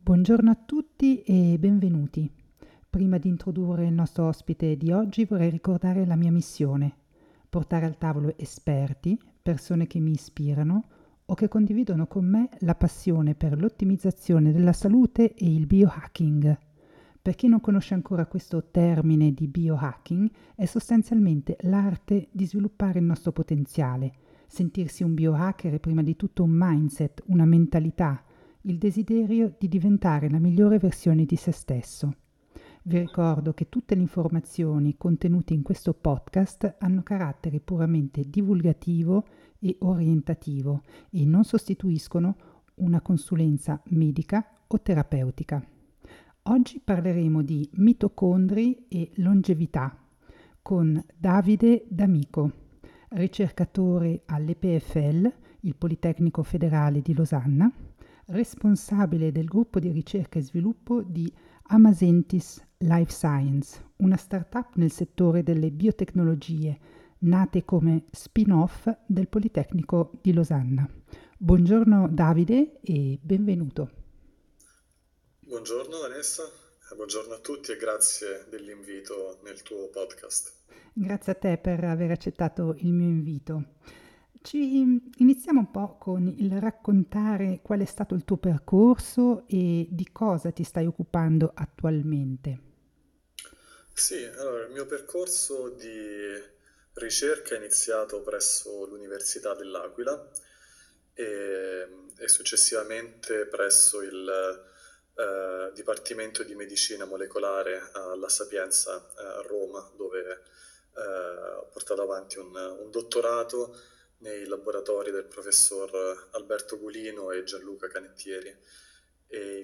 Buongiorno a tutti e benvenuti. Prima di introdurre il nostro ospite di oggi vorrei ricordare la mia missione: portare al tavolo esperti, persone che mi ispirano o che condividono con me la passione per l'ottimizzazione della salute e il biohacking. Per chi non conosce ancora questo termine di biohacking, è sostanzialmente l'arte di sviluppare il nostro potenziale. Sentirsi un biohacker è prima di tutto un mindset, una mentalità, il desiderio di diventare la migliore versione di se stesso. Vi ricordo che tutte le informazioni contenute in questo podcast hanno carattere puramente divulgativo e orientativo e non sostituiscono una consulenza medica o terapeutica. Oggi parleremo di mitocondri e longevità con Davide D'Amico, ricercatore all'EPFL, il Politecnico Federale di Losanna, responsabile del gruppo di ricerca e sviluppo di Amasentis Life Science, una startup nel settore delle biotecnologie, nate come spin-off del Politecnico di Losanna. Buongiorno Davide e benvenuto. Buongiorno Vanessa, buongiorno a tutti e grazie dell'invito nel tuo podcast. Grazie a te per aver accettato il mio invito. Iniziamo un po' con il raccontare qual è stato il tuo percorso e di cosa ti stai occupando attualmente. Sì, allora il mio percorso di ricerca è iniziato presso l'Università dell'Aquila e successivamente presso il Dipartimento di Medicina Molecolare alla Sapienza a Roma, dove ho portato avanti un dottorato nei laboratori del professor Alberto Gulino e Gianluca Canettieri. E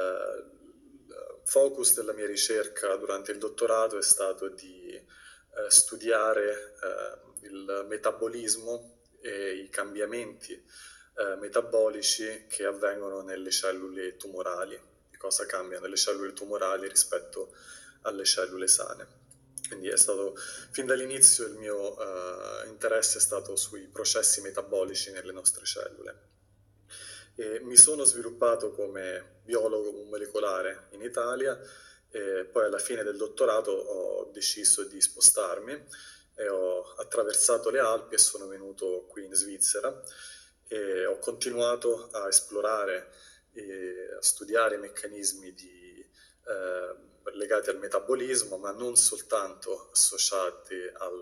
il focus della mia ricerca durante il dottorato è stato di studiare il metabolismo e i cambiamenti metabolici che avvengono nelle cellule tumorali, di cosa cambia nelle cellule tumorali rispetto alle cellule sane. Quindi è stato, fin dall'inizio il mio interesse è stato sui processi metabolici nelle nostre cellule. E mi sono sviluppato come biologo molecolare in Italia e poi alla fine del dottorato ho deciso di spostarmi e ho attraversato le Alpi e sono venuto qui in Svizzera e ho continuato a esplorare e a studiare i meccanismi legati al metabolismo, ma non soltanto associati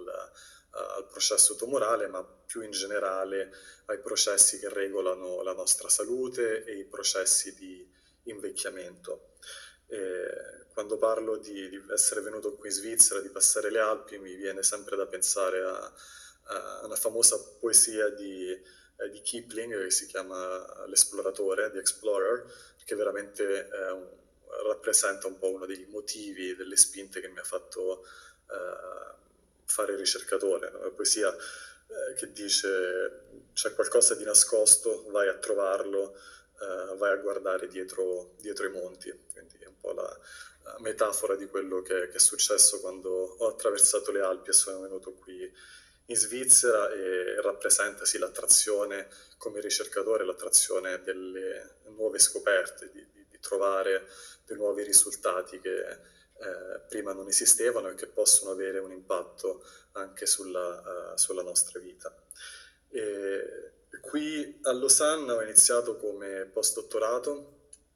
al processo tumorale, ma più in generale ai processi che regolano la nostra salute e i processi di invecchiamento. Quando parlo di essere venuto qui in Svizzera, di passare le Alpi, mi viene sempre da pensare a una famosa poesia di Kipling che si chiama L'esploratore, The Explorer, che veramente rappresenta un po' uno dei motivi, delle spinte che mi ha fatto fare il ricercatore. Una poesia che dice c'è qualcosa di nascosto, vai a trovarlo, vai a guardare dietro i monti. Quindi è un po' la metafora di quello che è successo quando ho attraversato le Alpi e sono venuto qui in Svizzera e rappresenta sì l'attrazione come ricercatore, l'attrazione delle nuove scoperte, di trovare dei nuovi risultati che prima non esistevano e che possono avere un impatto anche sulla nostra vita. E qui a Losanna ho iniziato come postdottorato,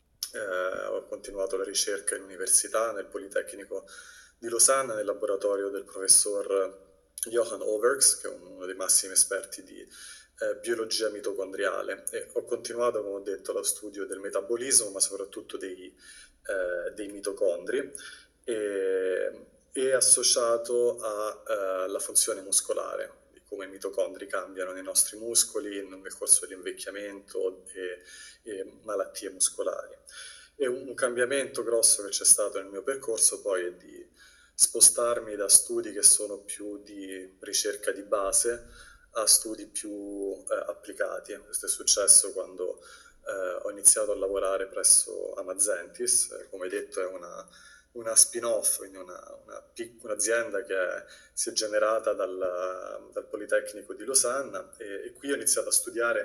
ho continuato la ricerca in università, nel Politecnico di Losanna, nel laboratorio del professor Johan Overks, che è uno dei massimi esperti di biologia mitocondriale, e ho continuato, come ho detto, lo studio del metabolismo, ma soprattutto dei mitocondri, e associato alla funzione muscolare, di come i mitocondri cambiano nei nostri muscoli nel corso dell'invecchiamento e malattie muscolari. E un cambiamento grosso che c'è stato nel mio percorso poi è di spostarmi da studi che sono più di ricerca di base a studi più applicati. Questo è successo quando ho iniziato a lavorare presso Amazentis, come detto è una spin-off, quindi un'azienda che si è generata dal Politecnico di Losanna e qui ho iniziato a studiare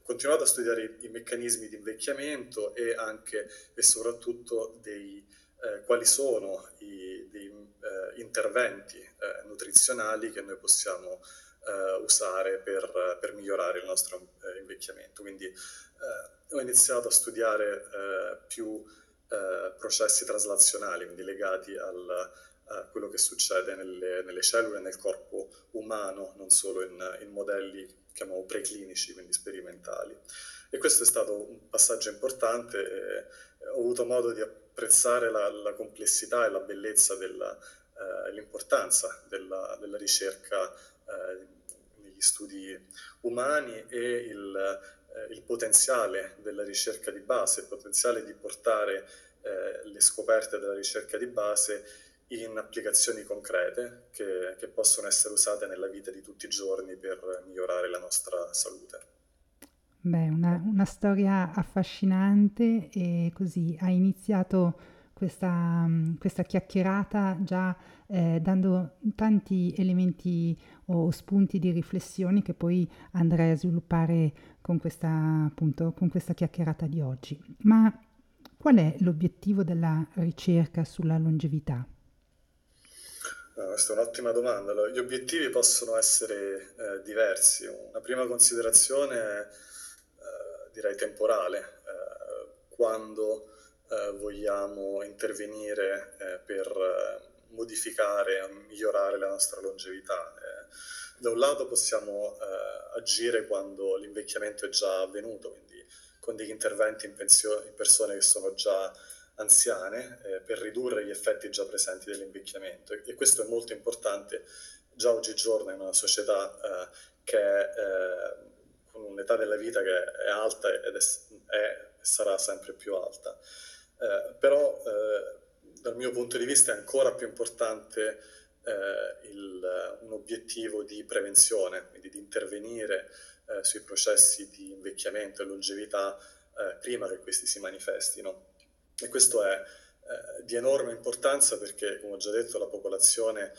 continuato a studiare i meccanismi di invecchiamento e anche e soprattutto quali sono dei interventi nutrizionali che noi possiamo usare per migliorare il nostro invecchiamento. Quindi ho iniziato a studiare più processi traslazionali, quindi legati a quello che succede nelle cellule e nel corpo umano, non solo in modelli chiamiamo preclinici, quindi sperimentali. E questo è stato un passaggio importante. Ho avuto modo di apprezzare la complessità e la bellezza l'importanza della ricerca negli studi umani e il potenziale della ricerca di base, il potenziale di portare le scoperte della ricerca di base in applicazioni concrete che possono essere usate nella vita di tutti i giorni per migliorare la nostra salute. Beh, una storia affascinante e così hai iniziato questa chiacchierata già dando tanti elementi o spunti di riflessione che poi andrai a sviluppare con appunto, con questa chiacchierata di oggi. Ma qual è l'obiettivo della ricerca sulla longevità? Questa è un'ottima domanda. Allora, gli obiettivi possono essere diversi. Una prima considerazione è, direi, temporale. Quando vogliamo intervenire per modificare, migliorare la nostra longevità. Da un lato possiamo agire quando l'invecchiamento è già avvenuto, quindi con degli interventi in persone che sono già anziane per ridurre gli effetti già presenti dell'invecchiamento e questo è molto importante già oggigiorno in una società che è con un'età della vita che è alta ed sarà sempre più alta. Però dal mio punto di vista è ancora più importante un obiettivo di prevenzione, quindi di intervenire sui processi di invecchiamento e longevità prima che questi si manifestino. E questo è di enorme importanza perché, come ho già detto, la popolazione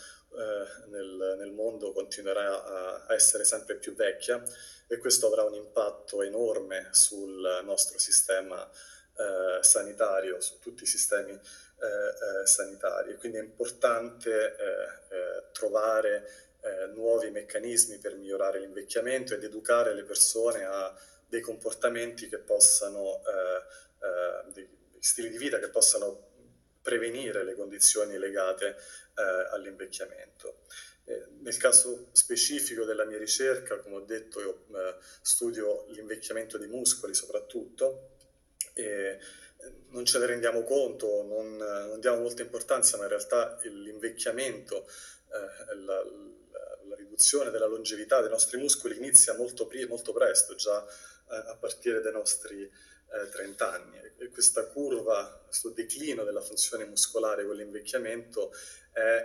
nel mondo continuerà a essere sempre più vecchia e questo avrà un impatto enorme sul nostro sistema sanitario, su tutti i sistemi sanitari. Quindi è importante trovare nuovi meccanismi per migliorare l'invecchiamento ed educare le persone a dei comportamenti che possano dei stili di vita che possano prevenire le condizioni legate all'invecchiamento. Nel caso specifico della mia ricerca, come ho detto, io studio l'invecchiamento dei muscoli soprattutto e non ce ne rendiamo conto, non diamo molta importanza, ma in realtà l'invecchiamento, la riduzione della longevità dei nostri muscoli inizia molto presto, già a partire dai nostri 30 anni. E questa curva, questo declino della funzione muscolare con l'invecchiamento è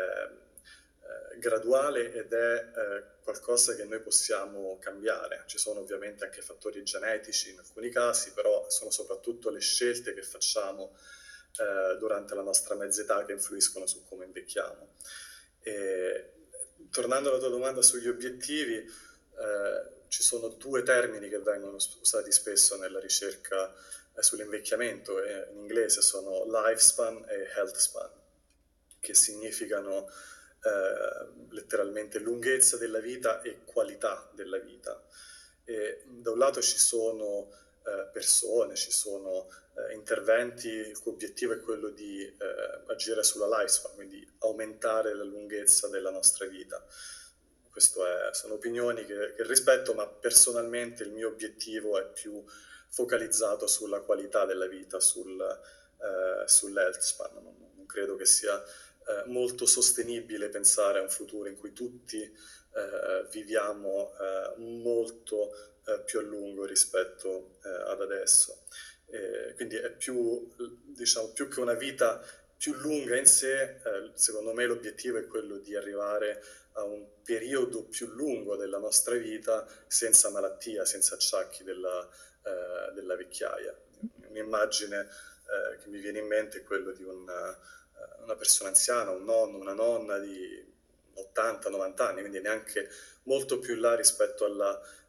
graduale ed è qualcosa che noi possiamo cambiare. Ci sono ovviamente anche fattori genetici in alcuni casi, però sono soprattutto le scelte che facciamo durante la nostra mezza età che influiscono su come invecchiamo. E, tornando alla tua domanda sugli obiettivi, ci sono due termini che vengono usati spesso nella ricerca sull'invecchiamento, in inglese sono lifespan e health span, che significano letteralmente lunghezza della vita e qualità della vita. E da un lato ci sono persone, ci sono interventi, il cui obiettivo è quello di agire sulla lifespan, quindi aumentare la lunghezza della nostra vita. Sono opinioni che rispetto, ma personalmente il mio obiettivo è più focalizzato sulla qualità della vita, sull'health span. Non credo che sia molto sostenibile pensare a un futuro in cui tutti viviamo molto più a lungo rispetto ad adesso. Quindi è diciamo, più che una vita più lunga in sé, secondo me l'obiettivo è quello di arrivare a un periodo più lungo della nostra vita senza malattia, senza acciacchi della vecchiaia. Un'immagine che mi viene in mente è quello di una persona anziana, un nonno, una nonna di 80-90 anni, quindi neanche molto più in là rispetto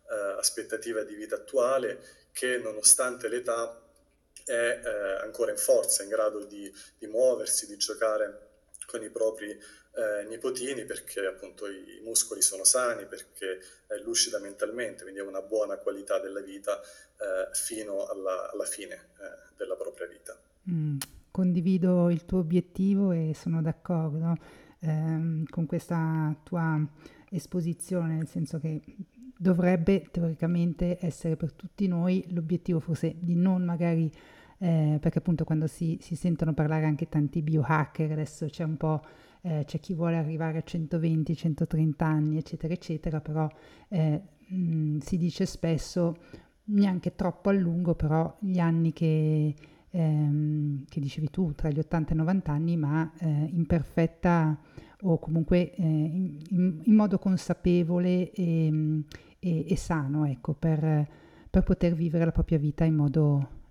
aspettativa di vita attuale, che nonostante l'età è ancora in forza, in grado di muoversi, di giocare con i propri nipotini, perché appunto i muscoli sono sani, perché è lucida mentalmente, quindi ha una buona qualità della vita fino alla fine della propria vita. Condivido il tuo obiettivo e sono d'accordo con questa tua esposizione, nel senso che dovrebbe teoricamente essere per tutti noi l'obiettivo forse di non magari, perché appunto quando si sentono parlare anche tanti biohacker, adesso c'è un po', c'è chi vuole arrivare a 120, 130 anni, eccetera, eccetera, però si dice spesso neanche troppo a lungo, però gli anni che dicevi tu, tra gli 80 e i 90 anni, ma in perfetta o comunque in modo consapevole e sano, ecco, per poter vivere la propria vita in modo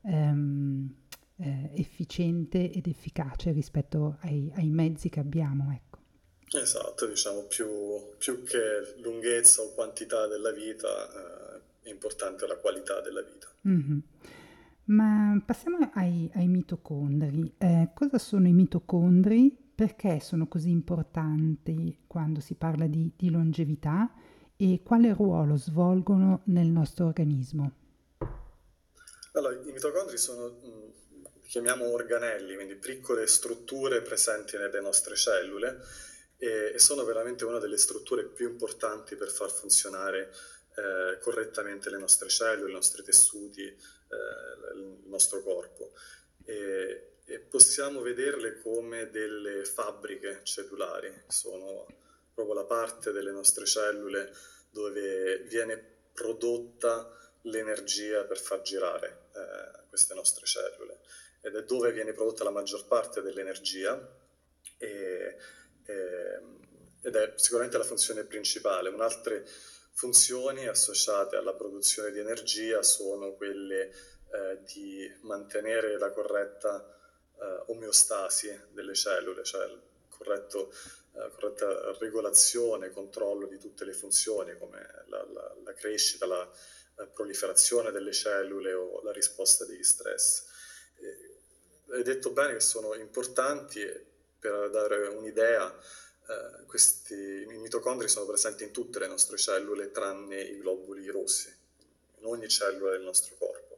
efficiente ed efficace rispetto ai mezzi che abbiamo, ecco. Esatto, diciamo più che lunghezza o quantità della vita, è importante la qualità della vita. Mhm. Ma passiamo ai mitocondri. Cosa sono i mitocondri? Perché sono così importanti quando si parla di longevità e quale ruolo svolgono nel nostro organismo? Allora, i mitocondri sono, li chiamiamo organelli, quindi piccole strutture presenti nelle nostre cellule e sono veramente una delle strutture più importanti per far funzionare correttamente le nostre cellule, i nostri tessuti, il nostro corpo. E possiamo vederle come delle fabbriche cellulari, sono proprio la parte delle nostre cellule dove viene prodotta l'energia per far girare queste nostre cellule ed è dove viene prodotta la maggior parte dell'energia e, e, ed è sicuramente la funzione principale. Un'altre funzioni associate alla produzione di energia sono quelle di mantenere la corretta omeostasi delle cellule, cioè il corretta regolazione, controllo di tutte le funzioni come la crescita, la proliferazione delle cellule o la risposta degli stress. Hai detto bene che sono importanti per dare un'idea. I mitocondri sono presenti in tutte le nostre cellule tranne i globuli rossi, in ogni cellula del nostro corpo.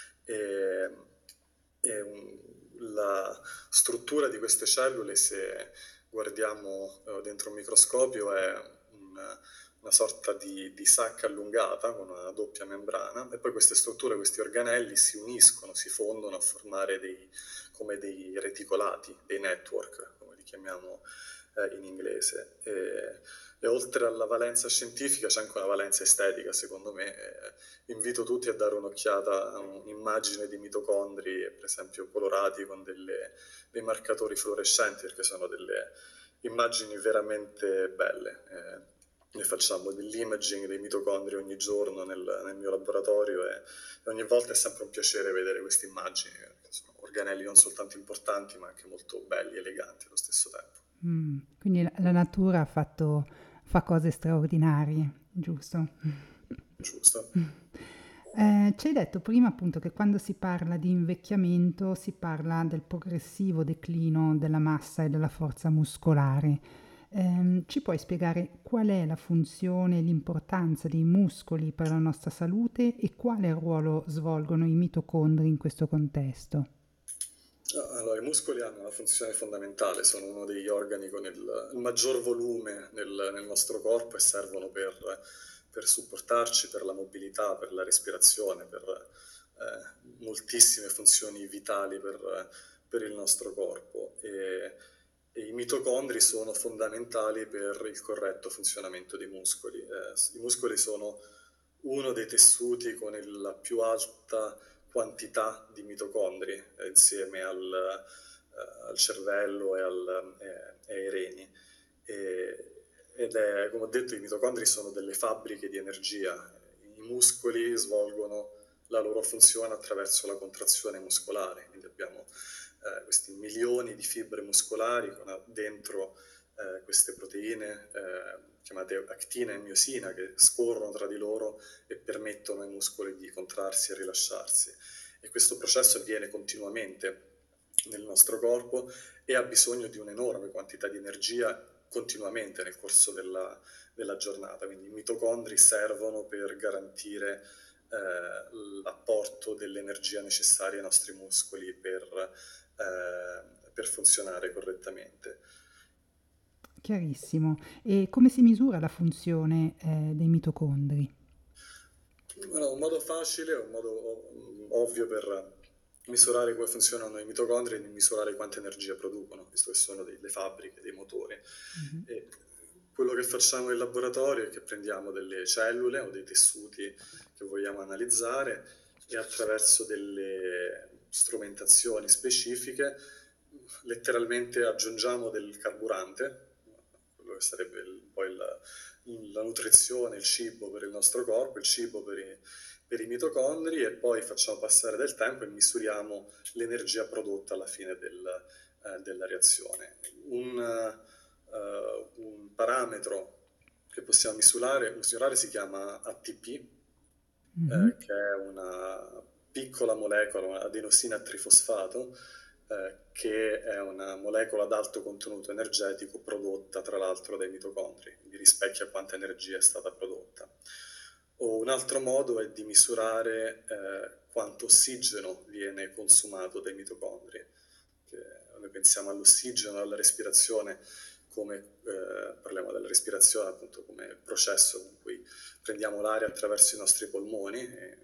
La struttura di queste cellule, se guardiamo dentro un microscopio, è una sorta di sacca allungata con una doppia membrana e poi queste strutture, questi organelli si uniscono, si fondono a formare come dei reticolati, dei network, come li chiamiamo in inglese. E oltre alla valenza scientifica c'è anche una valenza estetica, secondo me. Invito tutti a dare un'occhiata a un'immagine di mitocondri, per esempio colorati con dei marcatori fluorescenti, perché sono delle immagini veramente belle. Noi facciamo dell'imaging dei mitocondri ogni giorno nel mio laboratorio e ogni volta è sempre un piacere vedere queste immagini, che sono organelli non soltanto importanti ma anche molto belli, eleganti allo stesso tempo. Quindi la natura fa cose straordinarie, giusto? Giusto. Ci hai detto prima appunto che quando si parla di invecchiamento si parla del progressivo declino della massa e della forza muscolare. Ci puoi spiegare qual è la funzione e l'importanza dei muscoli per la nostra salute e quale ruolo svolgono i mitocondri in questo contesto? Allora, i muscoli hanno una funzione fondamentale, sono uno degli organi con il maggior volume nel nostro corpo e servono per supportarci, per la mobilità, per la respirazione, per moltissime funzioni vitali per il nostro corpo. E i mitocondri sono fondamentali per il corretto funzionamento dei muscoli. I muscoli sono uno dei tessuti con la più alta quantità di mitocondri insieme al cervello e ai reni. Ed è, come ho detto, i mitocondri sono delle fabbriche di energia. I muscoli svolgono la loro funzione attraverso la contrazione muscolare, quindi abbiamo questi milioni di fibre muscolari con dentro queste proteine chiamate actina e miosina, che scorrono tra di loro e permettono ai muscoli di contrarsi e rilasciarsi. E questo processo avviene continuamente nel nostro corpo e ha bisogno di un'enorme quantità di energia continuamente nel corso della giornata. Quindi i mitocondri servono per garantire l'apporto dell'energia necessaria ai nostri muscoli per funzionare correttamente. Chiarissimo. E come si misura la funzione dei mitocondri? Allora, un modo facile, un modo ovvio per misurare come funzionano i mitocondri è di misurare quanta energia producono, visto che sono delle fabbriche, dei motori. Mhm. E quello che facciamo in laboratorio è che prendiamo delle cellule o dei tessuti che vogliamo analizzare e attraverso delle strumentazioni specifiche letteralmente aggiungiamo del carburante, quello che sarebbe poi la nutrizione, il cibo per il nostro corpo, il cibo per i mitocondri, e poi facciamo passare del tempo e misuriamo l'energia prodotta alla fine della reazione. Un parametro che possiamo misurare si chiama ATP, Mhm. che è una piccola molecola, una adenosina trifosfato, che è una molecola ad alto contenuto energetico prodotta tra l'altro dai mitocondri, quindi rispecchia quanta energia è stata prodotta. O un altro modo è di misurare quanto ossigeno viene consumato dai mitocondri. Noi pensiamo all'ossigeno, alla respirazione, parliamo della respirazione appunto come processo con cui prendiamo l'aria attraverso i nostri polmoni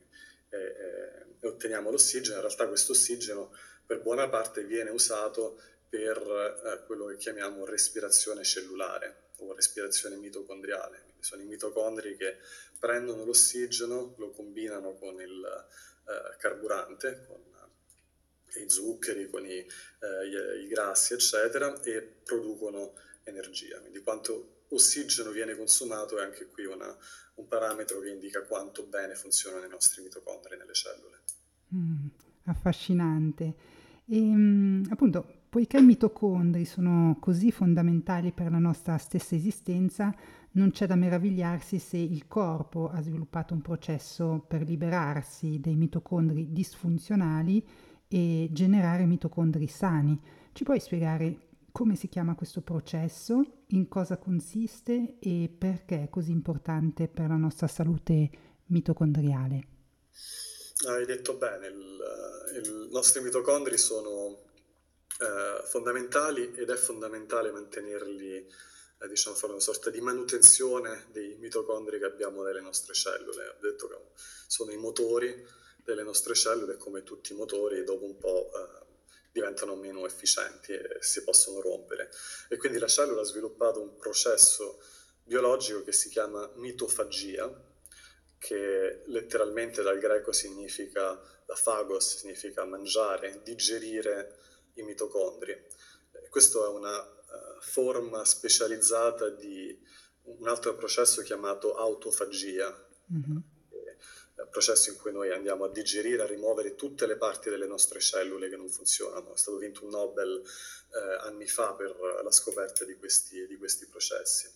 e otteniamo l'ossigeno. In realtà questo ossigeno per buona parte viene usato per quello che chiamiamo respirazione cellulare o respirazione mitocondriale. Quindi sono i mitocondri che prendono l'ossigeno, lo combinano con il carburante, con i zuccheri, con i grassi, eccetera, e producono energia. Quindi quanto ossigeno viene consumato è anche qui un parametro che indica quanto bene funzionano i nostri mitocondri nelle cellule. Mm, affascinante. Appunto, poiché i mitocondri sono così fondamentali per la nostra stessa esistenza, non c'è da meravigliarsi se il corpo ha sviluppato un processo per liberarsi dei mitocondri disfunzionali e generare mitocondri sani. Ci puoi spiegare come si chiama questo processo, in cosa consiste e perché è così importante per la nostra salute mitocondriale? Hai detto bene, i nostri mitocondri sono fondamentali ed è fondamentale mantenerli, diciamo, fare una sorta di manutenzione dei mitocondri che abbiamo nelle nostre cellule. Ho detto che sono i motori delle nostre cellule e come tutti i motori dopo un po' diventano meno efficienti e si possono rompere. E quindi la cellula ha sviluppato un processo biologico che si chiama mitofagia, che letteralmente dal greco significa, da phagos significa mangiare, digerire i mitocondri. Questa è una forma specializzata di un altro processo chiamato autofagia, Mhm. processo in cui noi andiamo a digerire, a rimuovere tutte le parti delle nostre cellule che non funzionano. È stato vinto un Nobel anni fa per la scoperta di questi processi.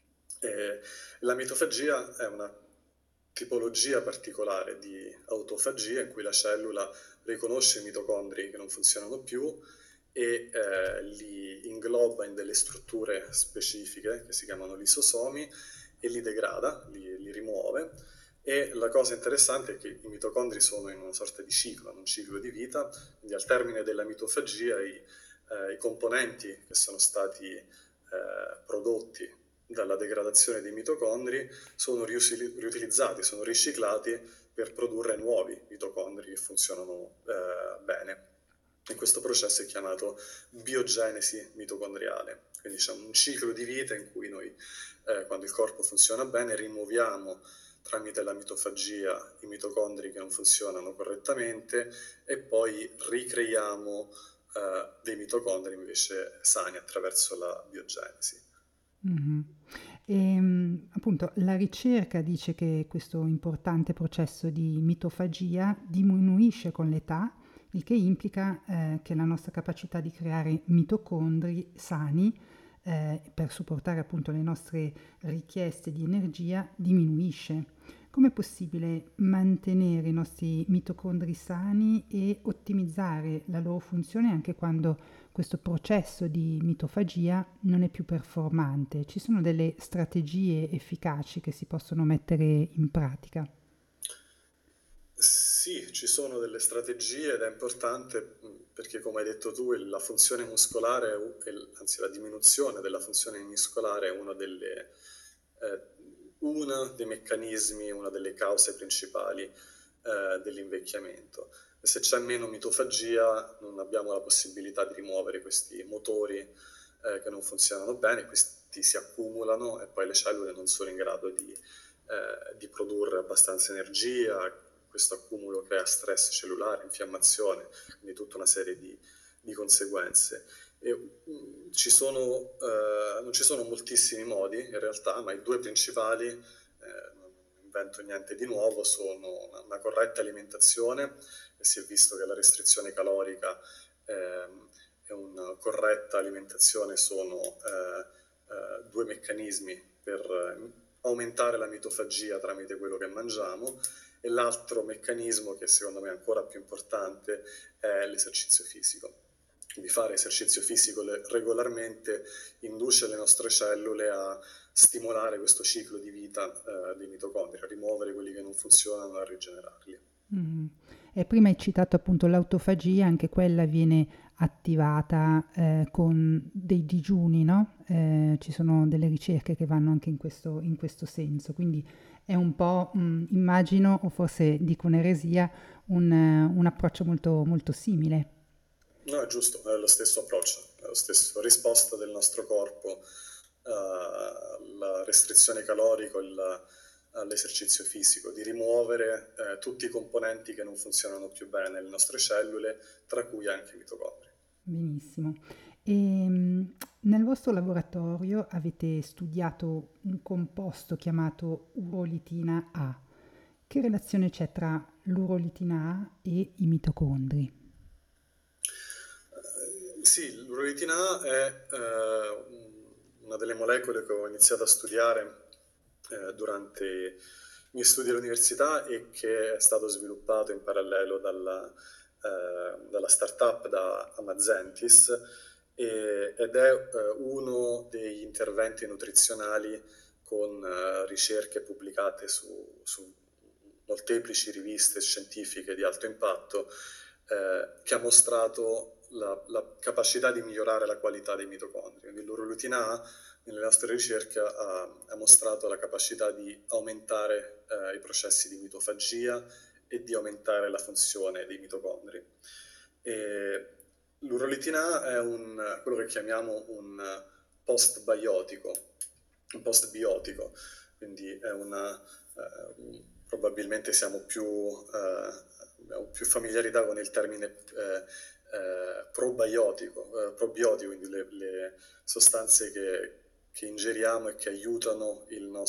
La mitofagia è una tipologia particolare di autofagia in cui la cellula riconosce i mitocondri che non funzionano più e li ingloba in delle strutture specifiche che si chiamano lisosomi e li degrada, li rimuove. E la cosa interessante è che i mitocondri sono in una sorta di ciclo, un ciclo di vita, quindi al termine della mitofagia i componenti che sono stati prodotti dalla degradazione dei mitocondri sono riutilizzati, sono riciclati per produrre nuovi mitocondri che funzionano bene. E questo processo è chiamato biogenesi mitocondriale, quindi c'è un ciclo di vita in cui noi, quando il corpo funziona bene, rimuoviamo tramite la mitofagia i mitocondri che non funzionano correttamente e poi ricreiamo dei mitocondri invece sani attraverso la biogenesi. Mh-mh. Appunto la ricerca dice che questo importante processo di mitofagia diminuisce con l'età, il che implica, che la nostra capacità di creare mitocondri sani, per supportare appunto le nostre richieste di energia diminuisce. Com'è possibile mantenere i nostri mitocondri sani e ottimizzare la loro funzione anche quando questo processo di mitofagia non è più performante? Ci sono delle strategie efficaci che si possono mettere in pratica? Sì, ci sono delle strategie ed è importante perché, come hai detto tu, la funzione muscolare, anzi la diminuzione della funzione muscolare è uno dei meccanismi, una delle cause principali dell'invecchiamento. E se c'è meno mitofagia non abbiamo la possibilità di rimuovere questi motori che non funzionano bene, questi si accumulano e poi le cellule non sono in grado di produrre abbastanza energia. Questo accumulo crea stress cellulare, infiammazione, quindi tutta una serie di conseguenze. Non ci sono moltissimi modi in realtà, ma i due principali, non invento niente di nuovo, sono una corretta alimentazione, e si è visto che la restrizione calorica e una corretta alimentazione sono due meccanismi per aumentare la mitofagia tramite quello che mangiamo, e l'altro meccanismo, che secondo me è ancora più importante, è l'esercizio fisico. Quindi fare esercizio fisico regolarmente induce le nostre cellule a stimolare questo ciclo di vita dei mitocondri, a rimuovere quelli che non funzionano e a rigenerarli. Mh. E prima hai citato appunto l'autofagia, anche quella viene attivata, con dei digiuni, no, ci sono delle ricerche che vanno anche in questo senso, quindi è un po', immagino, o forse dico un'eresia, un approccio molto molto simile. No, è giusto, è lo stesso approccio, è lo stesso risposta del nostro corpo alla restrizione calorica, all'esercizio fisico, di rimuovere tutti i componenti che non funzionano più bene nelle nostre cellule, tra cui anche i mitocondri. Benissimo. Nel vostro laboratorio avete studiato un composto chiamato urolitina A. Che relazione c'è tra l'urolitina A e i mitocondri? Sì, l'urolitina A è una delle molecole che ho iniziato a studiare durante i miei studi all'università e che è stato sviluppato in parallelo dalla startup da Amazentis, ed è uno degli interventi nutrizionali con ricerche pubblicate su molteplici riviste scientifiche di alto impatto, che ha mostrato la capacità di migliorare la qualità dei mitocondri. Quindi l'urolutina A nelle nostre ricerche ha mostrato la capacità di aumentare i processi di mitofagia e di aumentare la funzione dei mitocondri. E l'urolitina A è quello che chiamiamo un postbiotico, quindi è probabilmente abbiamo più familiarità con il termine probiotico, quindi le sostanze che ingeriamo e che aiutano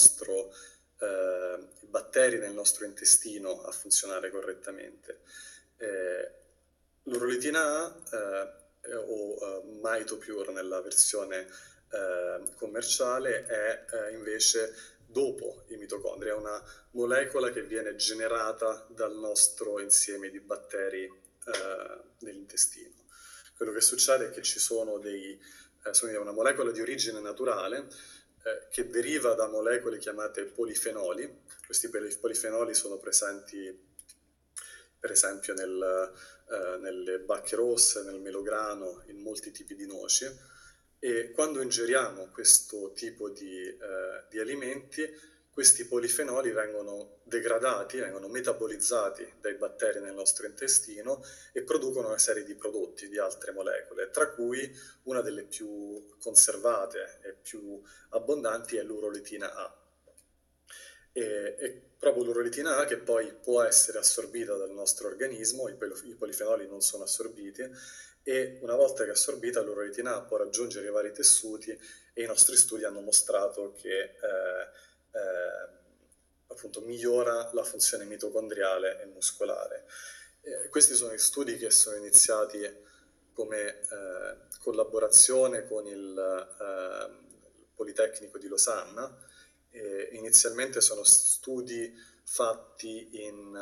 i batteri nel nostro intestino a funzionare correttamente. L'urolitina A o MitoPure nella versione commerciale è invece dopo i mitocondri, è una molecola che viene generata dal nostro insieme di batteri nell'intestino. Quello che succede è che è una molecola di origine naturale che deriva da molecole chiamate polifenoli. Questi polifenoli sono presenti per esempio nelle bacche rosse, nel melograno, in molti tipi di noci, e quando ingeriamo questo tipo di alimenti, questi polifenoli vengono degradati, vengono metabolizzati dai batteri nel nostro intestino e producono una serie di prodotti di altre molecole, tra cui una delle più conservate e più abbondanti è l'urolitina A. E proprio l'urolitina A, che poi può essere assorbita dal nostro organismo, i polifenoli non sono assorbiti, e una volta che è assorbita l'urolitina A può raggiungere i vari tessuti, e i nostri studi hanno mostrato che appunto migliora la funzione mitocondriale e muscolare. Questi sono gli studi che sono iniziati come collaborazione con il Politecnico di Losanna. Inizialmente sono studi fatti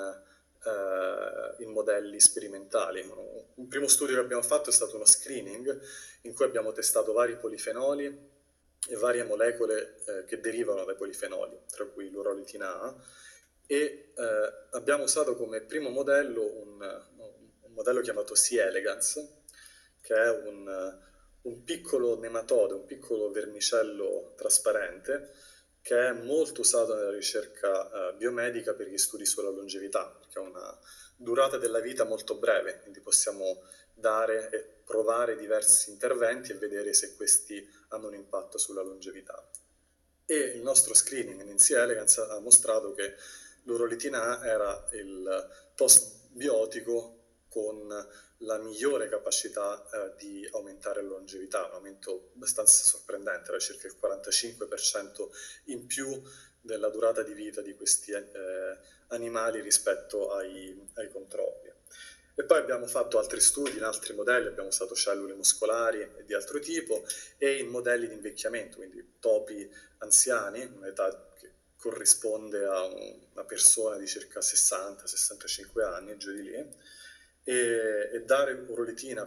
in modelli sperimentali. Un primo studio che abbiamo fatto è stato uno screening in cui abbiamo testato vari polifenoli e varie molecole che derivano dai polifenoli, tra cui l'urolitina A, e abbiamo usato come primo modello un modello chiamato C. elegans, che è un piccolo nematode, un piccolo vermicello trasparente, che è molto usato nella ricerca biomedica per gli studi sulla longevità, perché ha una durata della vita molto breve, quindi possiamo dare e provare diversi interventi e vedere se questi hanno un impatto sulla longevità. E il nostro screening in C. elegans ha mostrato che l'urolitina A era il postbiotico con la migliore capacità di aumentare la longevità, un aumento abbastanza sorprendente, era circa il 45% in più della durata di vita di questi animali rispetto ai controlli. E poi abbiamo fatto altri studi in altri modelli, abbiamo usato cellule muscolari e di altro tipo e in modelli di invecchiamento, quindi topi anziani, un'età che corrisponde a una persona di circa 60-65 anni, giù di lì, e dare urolitina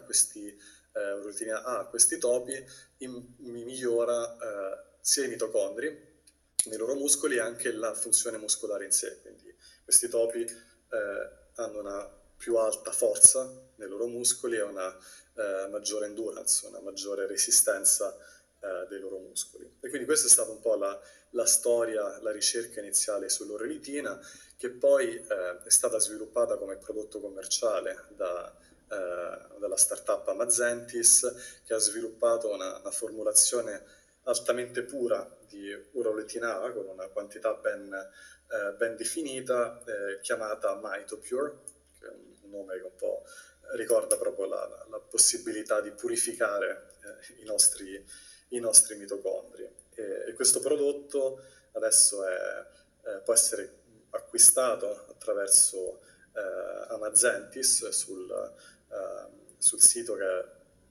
a questi topi migliora sia i mitocondri nei loro muscoli e anche la funzione muscolare in sé. Quindi questi topi hanno una più alta forza nei loro muscoli e una maggiore endurance, una maggiore resistenza dei loro muscoli. E quindi questa è stata un po' la storia, la ricerca iniziale sull'urolitina, che poi è stata sviluppata come prodotto commerciale dalla startup Amazentis, che ha sviluppato una formulazione altamente pura di urolitina A con una quantità ben definita, chiamata MitoPure, che è un nome che un po' ricorda proprio la possibilità di purificare i nostri mitocondri. E questo prodotto adesso può essere acquistato attraverso Amazentis sul sito che è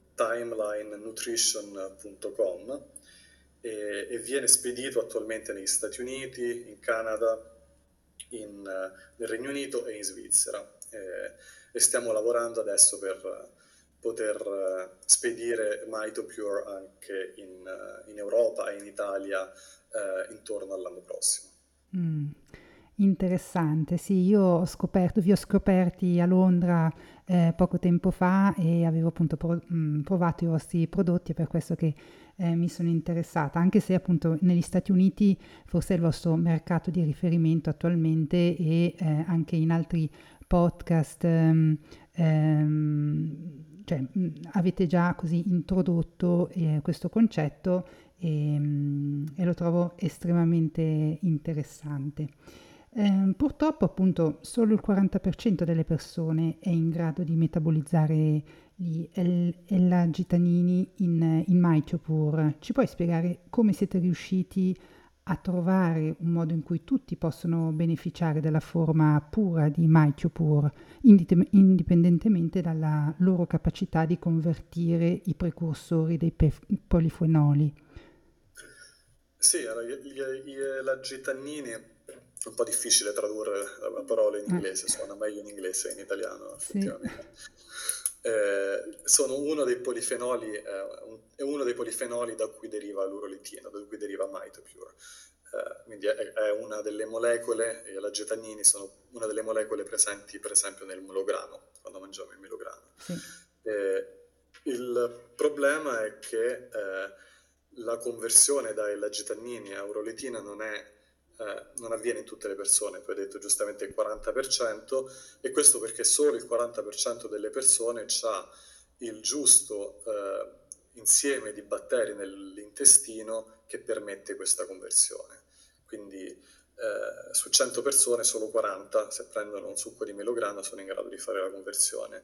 timelinenutrition.com e viene spedito attualmente negli Stati Uniti, in Canada, nel Regno Unito e in Svizzera. E stiamo lavorando adesso per poter spedire MitoPure anche in Europa e in Italia intorno all'anno prossimo. Mm, interessante, sì, vi ho scoperti a Londra poco tempo fa e avevo appunto provato i vostri prodotti, è per questo che mi sono interessata, anche se appunto negli Stati Uniti forse è il vostro mercato di riferimento attualmente e anche in altri podcast, cioè, avete già così introdotto questo concetto e lo trovo estremamente interessante. Purtroppo appunto solo il 40% delle persone è in grado di metabolizzare gli L-gitanini in MitoPure. Ci puoi spiegare come siete riusciti a trovare un modo in cui tutti possono beneficiare della forma pura di MitoPure, indipendentemente dalla loro capacità di convertire i precursori dei polifenoli? Sì, allora, gli elagitannini è un po' difficile tradurre la parola in inglese, suona meglio in inglese che in italiano, Sì. effettivamente. Sono uno dei polifenoli, è uno dei polifenoli da cui deriva l'urolitina, da cui deriva MitoPure. Quindi è una delle molecole, gli elagitannini sono una delle molecole presenti per esempio nel melograno, quando mangiamo il melograno. Sì. Il problema è che la conversione dai lagitannini a urolitina non avviene in tutte le persone, tu hai detto giustamente il 40%, e questo perché solo il 40% delle persone ha il giusto insieme di batteri nell'intestino che permette questa conversione. Quindi su 100 persone solo 40, se prendono un succo di melograno, sono in grado di fare la conversione.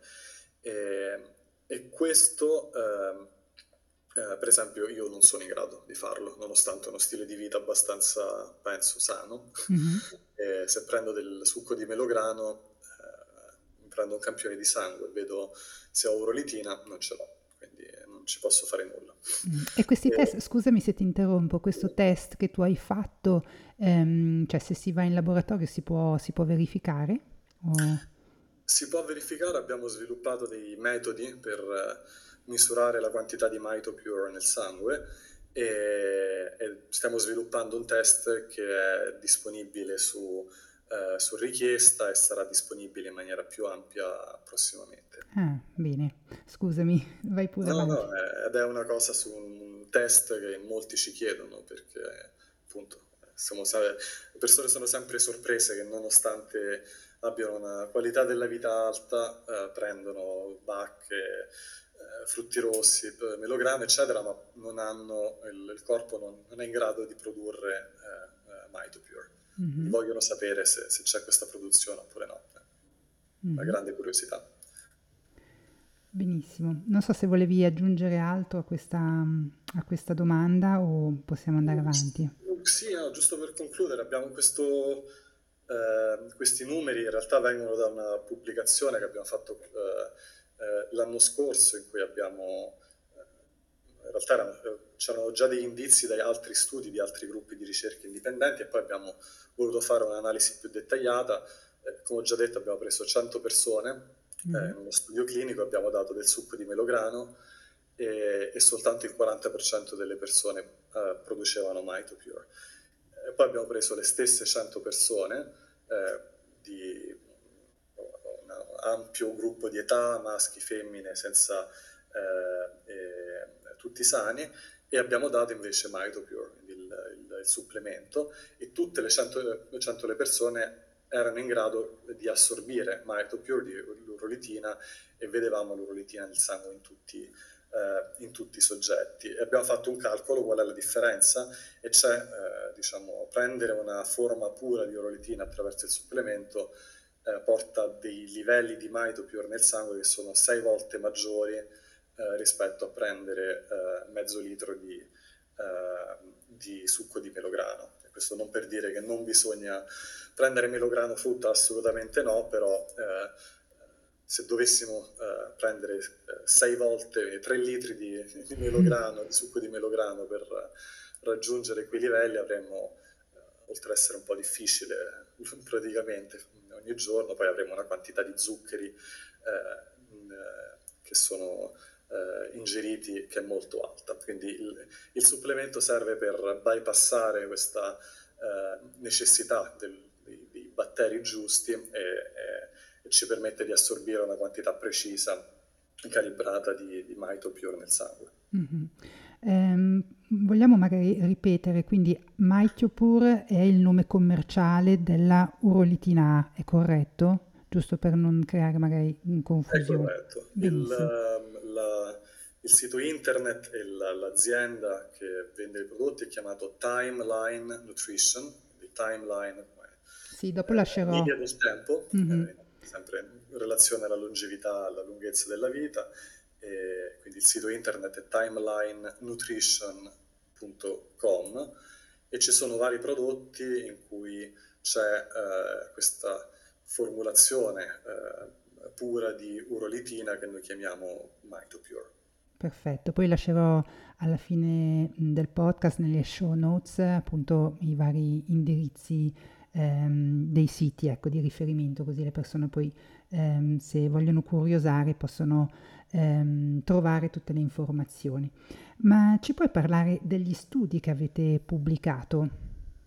E questo, per esempio, io non sono in grado di farlo, nonostante uno stile di vita abbastanza, penso, sano. Mm-hmm. Se prendo del succo di melograno, prendo un campione di sangue e vedo se ho urolitina, non ce l'ho, quindi non ci posso fare nulla. E questi E test, scusami se ti interrompo, questo test che tu hai fatto, cioè se si va in laboratorio si può verificare? O- Si può verificare, abbiamo sviluppato dei metodi per misurare la quantità di MitoPure nel sangue e stiamo sviluppando un test che è disponibile su richiesta e sarà disponibile in maniera più ampia prossimamente. Ah, bene, scusami, vai pure No, avanti. no, ed è una cosa su un test che molti ci chiedono perché appunto le persone sono sempre sorprese che nonostante abbiano una qualità della vita alta, prendono bacche, frutti rossi, melograno, eccetera, ma non hanno, il corpo non è in grado di produrre MitoPure. Quindi Mhm, vogliono sapere se c'è questa produzione oppure no. Una mhm. grande curiosità. Benissimo. Non so se volevi aggiungere altro a questa domanda o possiamo andare avanti. Sì, no, giusto per concludere, abbiamo questi numeri, in realtà vengono da una pubblicazione che abbiamo fatto l'anno scorso, in cui in realtà c'erano già degli indizi da altri studi, di altri gruppi di ricerca indipendenti, e poi abbiamo voluto fare un'analisi più dettagliata. Come ho già detto, abbiamo preso 100 persone Mhm. in uno studio clinico, abbiamo dato del succo di melograno e soltanto il 40% delle persone producevano MitoPure. Poi abbiamo preso le stesse 100 persone di un ampio gruppo di età, maschi, femmine, senza, tutti sani, e abbiamo dato invece MitoPure, il supplemento, e tutte le 100 le persone erano in grado di assorbire MitoPure, di l'urolitina, e vedevamo l'urolitina nel sangue in tutti i soggetti. E abbiamo fatto un calcolo qual è la differenza, e c'è, diciamo, prendere una forma pura di urolitina attraverso il supplemento porta dei livelli di MitoPure nel sangue che sono 6 volte maggiori rispetto a prendere mezzo litro di succo di melograno. E questo non per dire che non bisogna prendere melograno frutta, assolutamente no, però se dovessimo prendere 6 volte 3 litri di melograno, di succo di melograno per raggiungere quei livelli, avremmo, oltre ad essere un po' difficile praticamente ogni giorno, poi avremo una quantità di zuccheri che sono ingeriti che è molto alta. Quindi il supplemento serve per bypassare questa necessità dei batteri giusti e ci permette di assorbire una quantità precisa e calibrata di MitoPure nel sangue. Mhm. Vogliamo magari ripetere, quindi Maitiopur è il nome commerciale della urolitina A, è corretto? Giusto per non creare magari È confusione. corretto. Benissimo. Il sito internet e l'azienda che vende i prodotti è chiamato Timeline Nutrition, quindi Timeline come Sì, dopo lascerò. linea del tempo, Mhm. sempre in relazione alla longevità, alla lunghezza della vita. E quindi il sito internet è timelinenutrition.com e ci sono vari prodotti in cui c'è questa formulazione pura di urolitina che noi chiamiamo MitoPure. Perfetto, poi lascerò alla fine del podcast, nelle show notes, appunto i vari indirizzi dei siti, ecco, di riferimento, così le persone poi, se vogliono curiosare, possono trovare tutte le informazioni. Ma ci puoi parlare degli studi che avete pubblicato?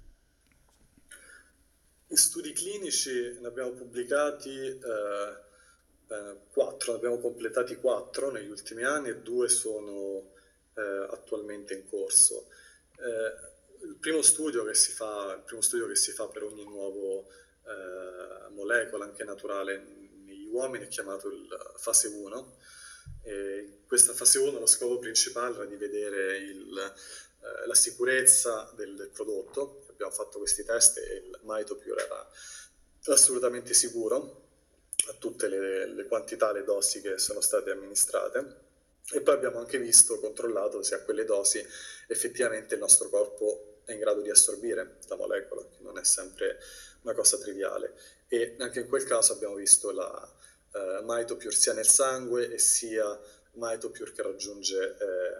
In studi clinici ne abbiamo pubblicati 4, ne abbiamo completati 4 negli ultimi anni e 2 sono attualmente in corso. Il primo studio che si fa per ogni nuovo molecola, anche naturale, negli uomini è chiamato il fase 1. E in questa fase 1 lo scopo principale era di vedere la sicurezza del prodotto. Abbiamo fatto questi test e il MitoPure era assolutamente sicuro a tutte le quantità, le dosi che sono state amministrate. E poi abbiamo anche visto, controllato se a quelle dosi effettivamente il nostro corpo è in grado di assorbire la molecola, che non è sempre una cosa triviale. E anche in quel caso abbiamo visto MitoPure sia nel sangue e sia MitoPure che raggiunge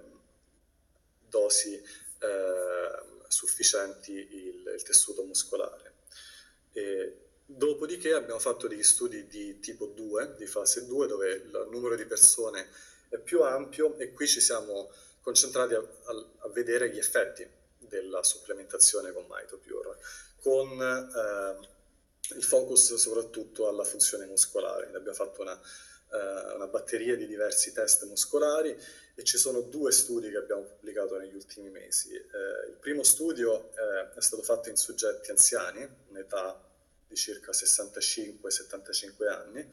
dosi sufficienti il tessuto muscolare. Dopodiché abbiamo fatto degli studi di tipo 2, di fase 2, dove il numero di persone è più ampio, e qui ci siamo concentrati a vedere gli effetti della supplementazione con MitoPure, con il focus soprattutto alla funzione muscolare. Abbiamo fatto una batteria di diversi test muscolari e ci sono 2 studi che abbiamo pubblicato negli ultimi mesi. Il primo studio è stato fatto in soggetti anziani, un'età di circa 65-75 anni,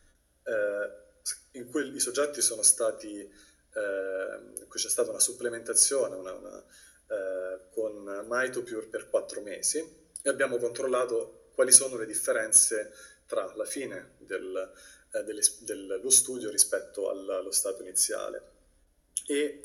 in cui i soggetti sono stati, in cui c'è stata una supplementazione con MitoPure per 4 mesi, e abbiamo controllato quali sono le differenze tra la fine dello studio rispetto allo stato iniziale. E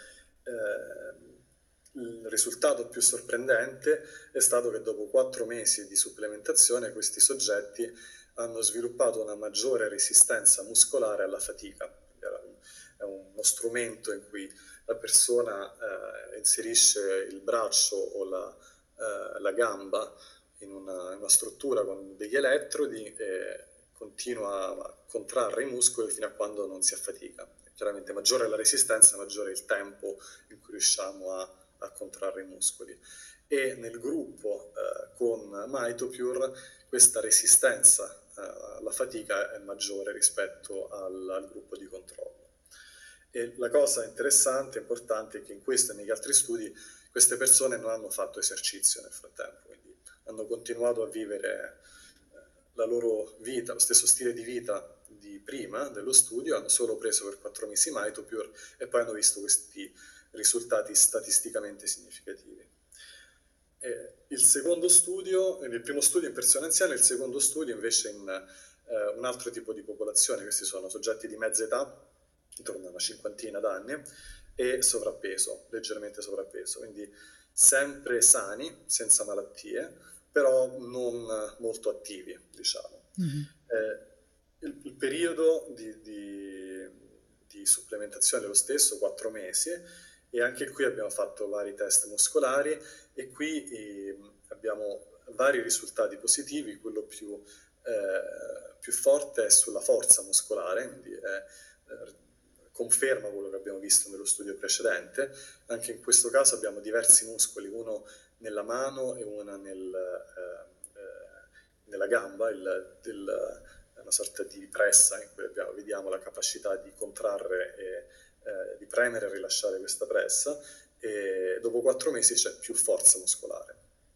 il risultato più sorprendente è stato che dopo 4 mesi di supplementazione questi soggetti hanno sviluppato una maggiore resistenza muscolare alla fatica. È uno strumento in cui la persona inserisce il braccio o la gamba in una struttura con degli elettrodi e continua a contrarre i muscoli fino a quando non si affatica. Chiaramente maggiore è la resistenza, maggiore è il tempo in cui riusciamo a contrarre i muscoli. E nel gruppo con MitoPure questa resistenza alla fatica è maggiore rispetto al gruppo di controllo. E la cosa interessante, importante, è che in questo e negli altri studi queste persone non hanno fatto esercizio nel frattempo, quindi hanno continuato a vivere la loro vita, lo stesso stile di vita di prima dello studio, hanno solo preso per 4 mesi MitoPure e poi hanno visto questi risultati statisticamente significativi. Il secondo studio, il primo studio in persone anziane, il secondo studio invece in un altro tipo di popolazione. Questi sono soggetti di mezza età, intorno a una cinquantina d'anni, e sovrappeso, leggermente sovrappeso, quindi sempre sani, senza malattie, però non molto attivi, diciamo. Mhm. Il periodo di supplementazione è lo stesso, 4 mesi, e anche qui abbiamo fatto vari test muscolari e qui abbiamo vari risultati positivi. Quello più forte è sulla forza muscolare, quindi conferma quello che abbiamo visto nello studio precedente. Anche in questo caso abbiamo diversi muscoli, uno nella mano e uno nella gamba, una sorta di pressa in cui vediamo la capacità di contrarre e di premere e rilasciare questa pressa, e dopo 4 mesi c'è più forza muscolare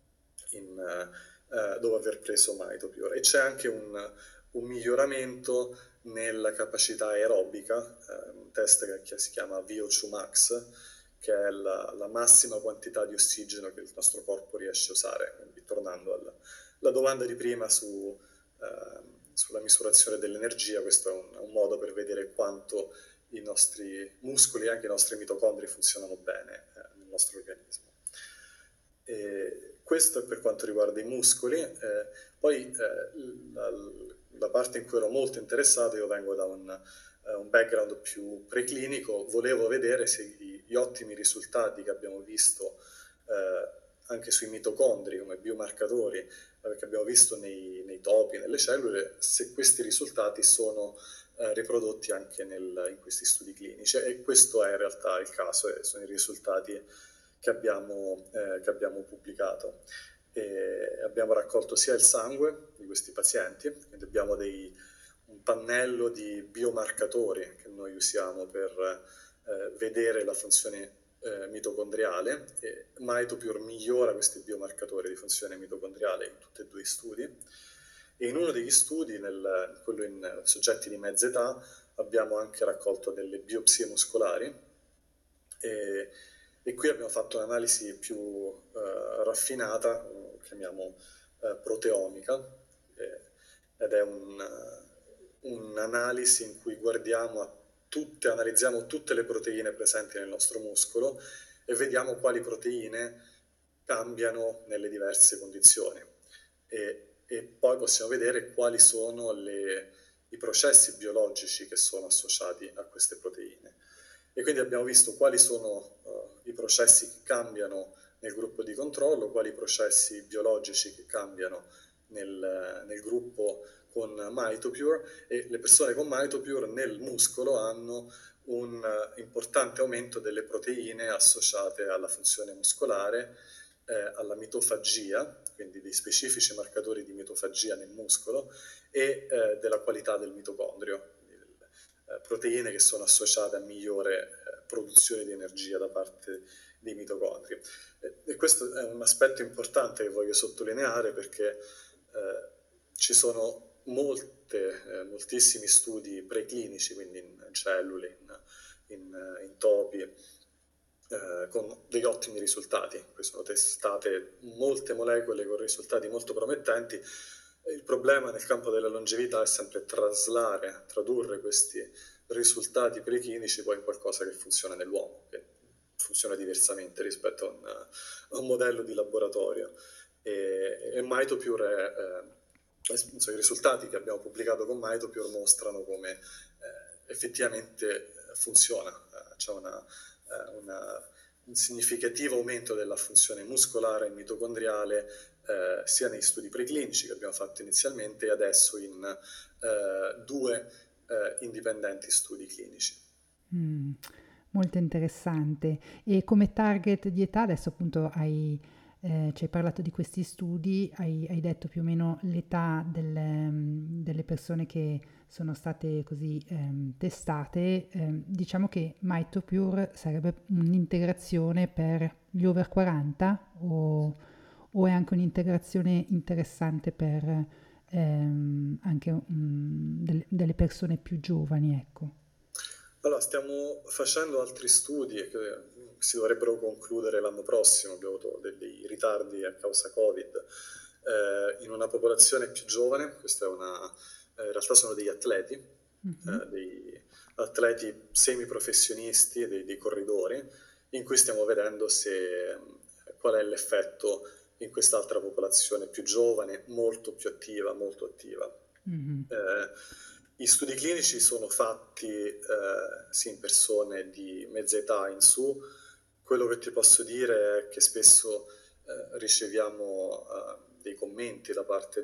dopo aver preso MitoPure, e c'è anche un miglioramento nella capacità aerobica, un test che si chiama VO2 Max, che è la massima quantità di ossigeno che il nostro corpo riesce a usare. Quindi, tornando alla domanda di prima sulla misurazione dell'energia, questo è un modo per vedere quanto i nostri muscoli e anche i nostri mitocondri funzionano bene nel nostro organismo. Questo è per quanto riguarda i muscoli. Poi la parte in cui ero molto interessato, io vengo da un background più preclinico, volevo vedere se gli ottimi risultati che abbiamo visto anche sui mitocondri come biomarcatori, che abbiamo visto nei topi, nelle cellule, se questi risultati sono riprodotti anche in questi studi clinici, e questo è in realtà il caso, e sono i risultati che abbiamo pubblicato. Abbiamo raccolto sia il sangue di questi pazienti, quindi abbiamo un pannello di biomarcatori che noi usiamo per vedere la funzione mitocondriale, e MitoPure migliora questi biomarcatori di funzione mitocondriale in tutti e 2 i studi. E in uno degli studi, quello in soggetti di mezza età, abbiamo anche raccolto delle biopsie muscolari, e qui abbiamo fatto un'analisi più raffinata, chiamiamo proteomica, ed è un'analisi in cui analizziamo tutte le proteine presenti nel nostro muscolo e vediamo quali proteine cambiano nelle diverse condizioni, e poi possiamo vedere quali sono i processi biologici che sono associati a queste proteine. E quindi abbiamo visto quali sono i processi che cambiano nel gruppo di controllo, quali processi biologici che cambiano nel gruppo con MitoPure, e le persone con MitoPure nel muscolo hanno un importante aumento delle proteine associate alla funzione muscolare, alla mitofagia, quindi dei specifici marcatori di mitofagia nel muscolo, e della qualità del mitocondrio, proteine che sono associate a migliore produzione di energia da parte dei mitocondri. E questo è un aspetto importante che voglio sottolineare, perché ci sono moltissimi studi preclinici, quindi in cellule, in topi, con degli ottimi risultati. Qui sono testate molte molecole con risultati molto promettenti. Il problema nel campo della longevità è sempre tradurre questi risultati preclinici poi in qualcosa che funziona nell'uomo, che funziona diversamente rispetto a un modello di laboratorio. E MitoPure i risultati che abbiamo pubblicato con MitoPure mostrano come effettivamente funziona. C'è un significativo aumento della funzione muscolare e mitocondriale, sia negli studi preclinici che abbiamo fatto inizialmente e adesso in due indipendenti studi clinici. Molto interessante. E come target di età, adesso appunto ci hai parlato di questi studi, hai detto più o meno l'età delle persone che sono state così testate. Diciamo che MitoPure sarebbe un'integrazione per gli over 40 o è anche un'integrazione interessante per anche delle persone più giovani, ecco. Allora, stiamo facendo altri studi che si dovrebbero concludere l'anno prossimo. Abbiamo avuto dei ritardi a causa Covid in una popolazione più giovane. In realtà sono degli atleti, dei atleti semiprofessionisti, dei corridori, in cui stiamo vedendo qual è l'effetto in quest'altra popolazione più giovane, molto più attiva, molto attiva. Gli studi clinici sono fatti sì, in persone di mezza età in su. Quello che ti posso dire è che spesso riceviamo dei commenti da parte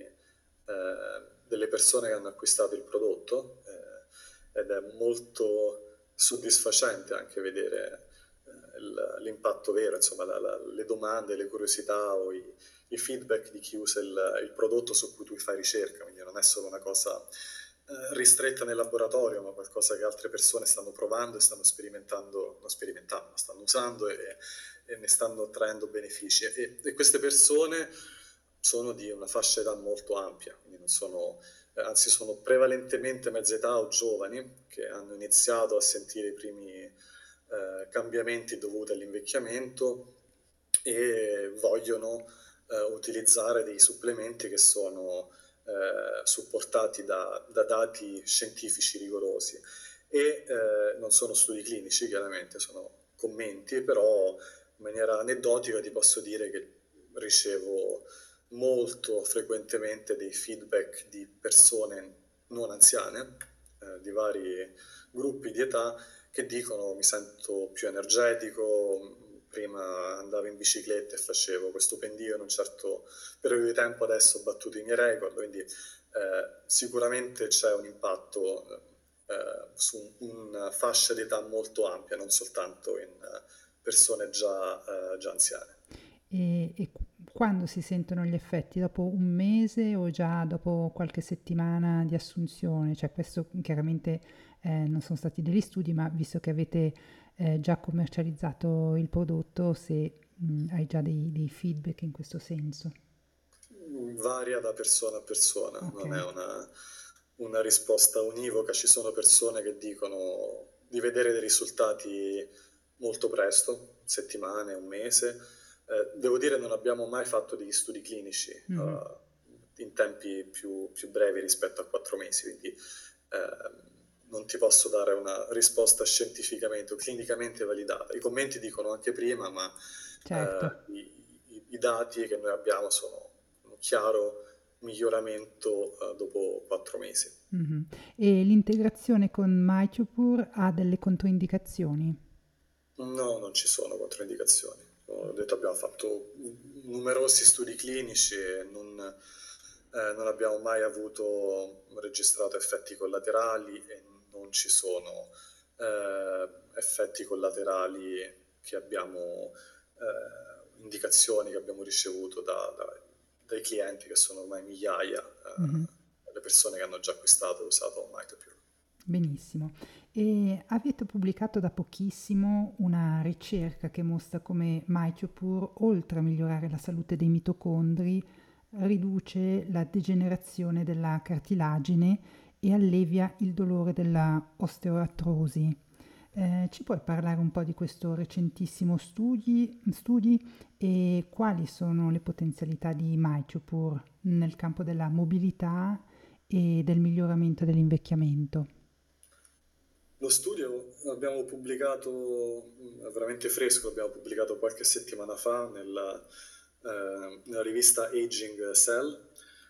delle persone che hanno acquistato il prodotto, ed è molto soddisfacente anche vedere l'impatto vero, insomma, le domande, le curiosità o i feedback di chi usa il prodotto su cui tu fai ricerca. Quindi non è solo una cosa ristretta nel laboratorio, ma qualcosa che altre persone stanno provando e stanno ma stanno usando e ne stanno traendo benefici. E queste persone sono di una fascia età molto ampia, quindi non sono, anzi sono prevalentemente mezza età o giovani che hanno iniziato a sentire i primi cambiamenti dovuti all'invecchiamento e vogliono utilizzare dei supplementi che sono supportati da dati scientifici rigorosi. E non sono studi clinici, chiaramente, sono commenti, però in maniera aneddotica ti posso dire che ricevo molto frequentemente dei feedback di persone non anziane, di vari gruppi di età, che dicono: mi sento più energetico, prima andavo in bicicletta e facevo questo pendio in un certo periodo di tempo, adesso ho battuto i miei record. Quindi sicuramente c'è un impatto su una fascia di età molto ampia, non soltanto in persone già anziane. E quando si sentono gli effetti? Dopo un mese o già dopo qualche settimana di assunzione? Cioè, questo chiaramente non sono stati degli studi, ma visto che avete già commercializzato il prodotto, se hai già dei feedback in questo senso. Varia da persona a persona, Ok. non è una risposta univoca. Ci sono persone che dicono di vedere dei risultati molto presto, settimane, un mese. Devo dire, non abbiamo mai fatto degli studi clinici in tempi più brevi rispetto a 4 mesi, quindi non ti posso dare una risposta scientificamente o clinicamente validata. I commenti dicono anche prima, ma Certo. i dati che noi abbiamo sono un chiaro miglioramento dopo 4 mesi. Mhm. E l'integrazione con MyTupur ha delle controindicazioni? No, non ci sono controindicazioni. Ho detto, abbiamo fatto numerosi studi clinici e non abbiamo mai avuto registrato effetti collaterali e non ci sono effetti collaterali che abbiamo, indicazioni che abbiamo ricevuto dai clienti, che sono ormai migliaia, Mhm. le persone che hanno già acquistato e usato MyTopure. Benissimo. E avete pubblicato da pochissimo una ricerca che mostra come MyTupur, oltre a migliorare la salute dei mitocondri, riduce la degenerazione della cartilagine e allevia il dolore della osteoartrosi. Ci puoi parlare un po' di questo recentissimo studi e quali sono le potenzialità di MyTupur nel campo della mobilità e del miglioramento dell'invecchiamento? Lo studio l'abbiamo pubblicato, è veramente fresco, l'abbiamo pubblicato qualche settimana fa nella rivista Aging Cell,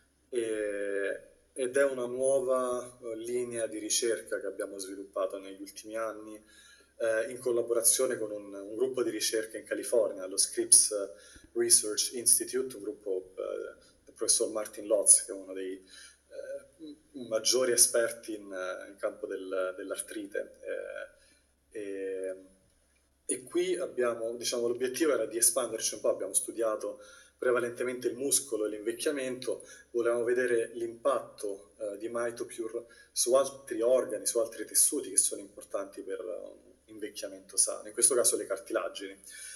ed è una nuova linea di ricerca che abbiamo sviluppato negli ultimi anni in collaborazione con un gruppo di ricerca in California, lo Scripps Research Institute, un gruppo del professor Martin Lotz, che è uno dei maggiori esperti in campo dell'artrite. E qui abbiamo, diciamo, l'obiettivo era di espanderci un po', abbiamo studiato prevalentemente il muscolo e l'invecchiamento, volevamo vedere l'impatto di MyTopure su altri organi, su altri tessuti che sono importanti per un invecchiamento sano, in questo caso le cartilagini.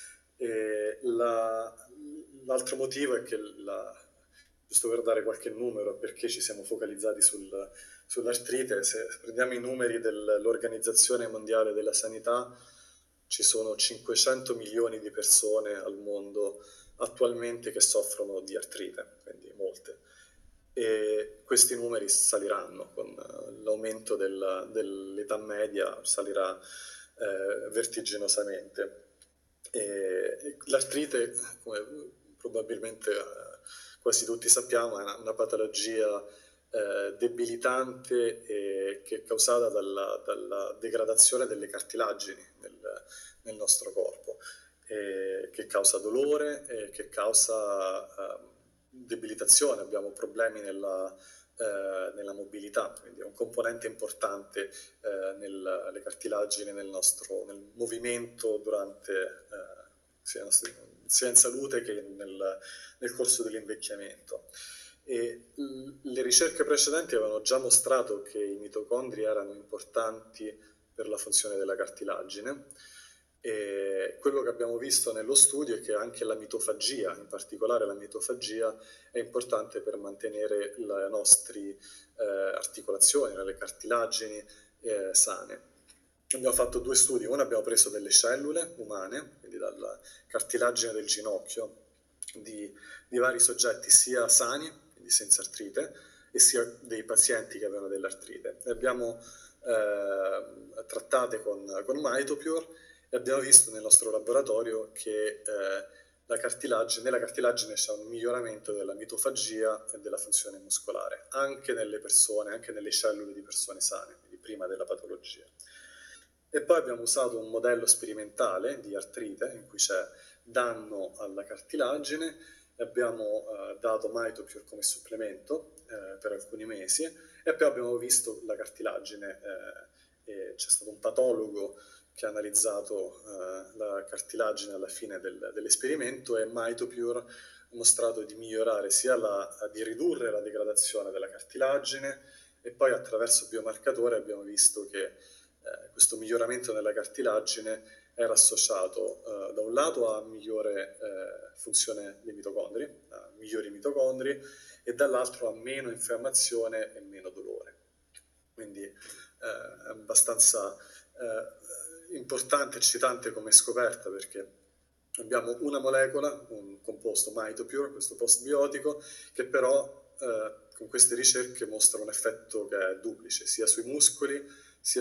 L'altro motivo è che, giusto per dare qualche numero, perché ci siamo focalizzati sull'artrite, se prendiamo i numeri dell'Organizzazione Mondiale della Sanità, ci sono 500 milioni di persone al mondo attualmente che soffrono di artrite, quindi molte. E questi numeri saliranno con l'aumento dell'età media, salirà vertiginosamente. E l'artrite, come probabilmente quasi tutti sappiamo, è una patologia debilitante e che è causata dalla degradazione delle cartilagini nel nostro corpo, che causa dolore e che causa debilitazione, abbiamo problemi nella mobilità, quindi è un componente importante nelle cartilagini nel movimento durante sia in salute che nel corso dell'invecchiamento. E le ricerche precedenti avevano già mostrato che i mitocondri erano importanti per la funzione della cartilagine, e quello che abbiamo visto nello studio è che anche la mitofagia, in particolare la mitofagia, è importante per mantenere le nostre articolazioni, le cartilagini sane. Abbiamo fatto 2 studi, uno abbiamo preso delle cellule umane, quindi dalla cartilagine del ginocchio, di vari soggetti sia sani, quindi senza artrite, e sia dei pazienti che avevano dell'artrite. Le abbiamo trattate con MyTopure e abbiamo visto nel nostro laboratorio che nella cartilagine c'è un miglioramento della mitofagia e della funzione muscolare, anche nelle persone, anche nelle cellule di persone sane, quindi prima della patologia. E poi abbiamo usato un modello sperimentale di artrite in cui c'è danno alla cartilagine e abbiamo dato MyTopure come supplemento per alcuni mesi e poi abbiamo visto la cartilagine e c'è stato un patologo che ha analizzato la cartilagine alla fine dell'esperimento e MyTopure ha mostrato di migliorare di ridurre la degradazione della cartilagine e poi attraverso biomarcatori abbiamo visto che questo miglioramento nella cartilagine era associato da un lato a migliore funzione dei mitocondri, a migliori mitocondri, e dall'altro a meno infiammazione e meno dolore. Quindi è abbastanza importante e eccitante come scoperta, perché abbiamo una molecola, un composto MyTopure, questo postbiotico, che però con queste ricerche mostra un effetto che è duplice, sia sui muscoli sia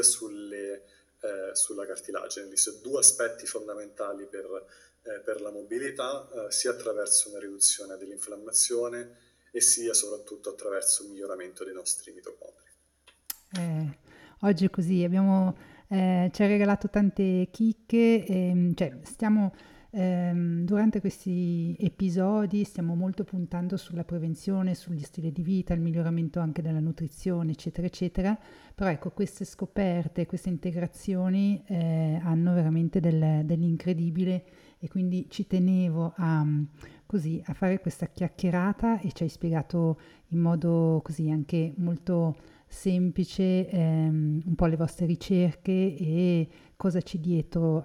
sulla cartilagine, quindi su 2 aspetti fondamentali per la mobilità, sia attraverso una riduzione dell'infiammazione e sia soprattutto attraverso il miglioramento dei nostri mitocondri. Oggi è così, ci ha regalato tante chicche, cioè durante questi episodi stiamo molto puntando sulla prevenzione, sugli stili di vita, il miglioramento anche della nutrizione, eccetera, eccetera. Però ecco, queste scoperte, queste integrazioni hanno veramente dell'incredibile e quindi ci tenevo così, a fare questa chiacchierata e ci hai spiegato in modo così anche molto semplice un po' le vostre ricerche e cosa c'è dietro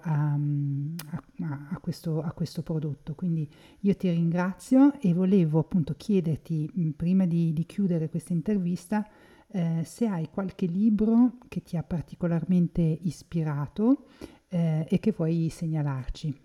a questo prodotto. Quindi io ti ringrazio e volevo appunto chiederti, prima di chiudere questa intervista, se hai qualche libro che ti ha particolarmente ispirato e che vuoi segnalarci.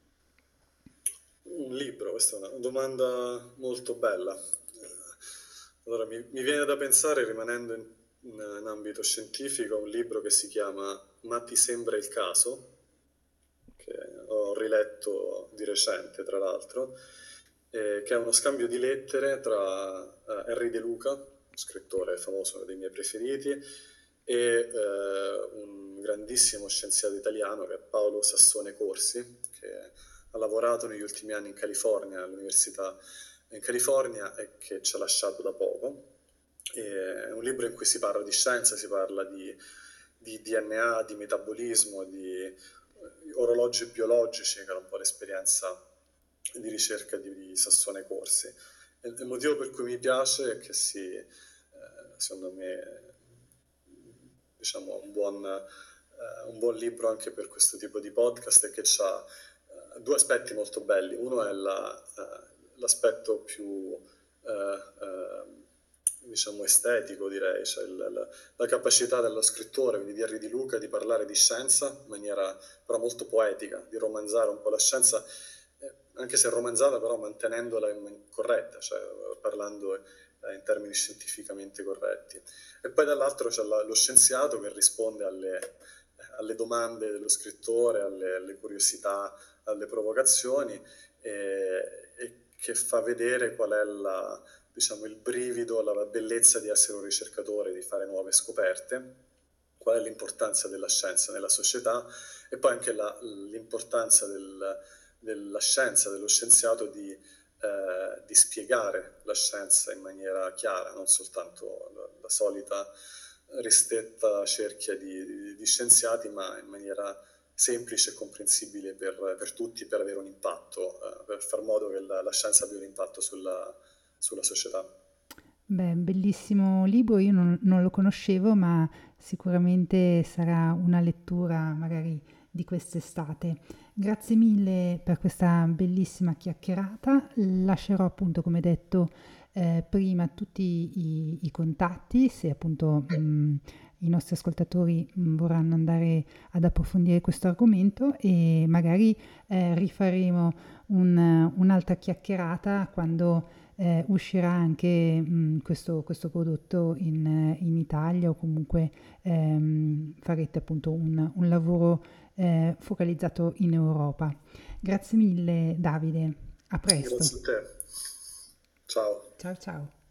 Un libro, questa è una domanda molto bella. Allora, mi viene da pensare, rimanendo in ambito scientifico, a un libro che si chiama Ma ti sembra il caso, che ho riletto di recente, tra l'altro, che è uno scambio di lettere tra Henry De Luca, un scrittore famoso, uno dei miei preferiti, e un grandissimo scienziato italiano che è Paolo Sassone Corsi, che ha lavorato negli ultimi anni in California, all'università in California, e che ci ha lasciato da poco. È un libro in cui si parla di scienza, si parla di DNA, di metabolismo, di orologi biologici, che era un po' l'esperienza di ricerca di Sassone Corsi. E il motivo per cui mi piace è che secondo me, diciamo, un buon libro anche per questo tipo di podcast, è che ha due aspetti molto belli. Uno è l'aspetto più diciamo estetico, direi, cioè la capacità dello scrittore, quindi di Henry Di Luca, di parlare di scienza in maniera però molto poetica, di romanzare un po' la scienza, anche se romanzata però mantenendola corretta, cioè parlando in termini scientificamente corretti. E poi dall'altro c'è lo scienziato che risponde alle domande dello scrittore, alle curiosità, alle provocazioni, e che fa vedere qual è diciamo, il brivido, la bellezza di essere un ricercatore, di fare nuove scoperte, qual è l'importanza della scienza nella società, e poi anche l'importanza della scienza, dello scienziato di spiegare la scienza in maniera chiara, non soltanto la solita ristretta cerchia di scienziati, ma in maniera semplice e comprensibile per tutti, per avere un impatto, per far modo che la scienza abbia un impatto sulla società. Beh, bellissimo libro, io non lo conoscevo, ma sicuramente sarà una lettura magari di quest'estate. Grazie mille per questa bellissima chiacchierata. Lascerò appunto, come detto, prima tutti i contatti, se appunto i nostri ascoltatori vorranno andare ad approfondire questo argomento e magari rifaremo un'altra chiacchierata quando uscirà anche questo prodotto in Italia o comunque farete appunto un lavoro focalizzato in Europa. Grazie mille Davide, a presto. Grazie a te. Ciao. Ciao ciao.